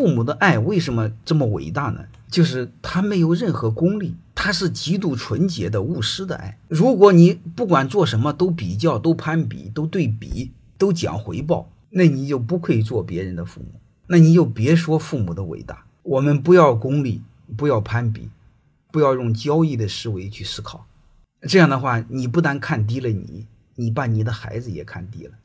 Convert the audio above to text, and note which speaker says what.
Speaker 1: 父母的爱为什么这么伟大呢？就是他没有任何功利，他是极度纯洁的无私的爱。如果你不管做什么都比较、都攀比、都对比、都讲回报，那你就不配做别人的父母，那你就别说父母的伟大。我们不要功利，不要攀比，不要用交易的思维去思考，这样的话你不但看低了你把你的孩子也看低了。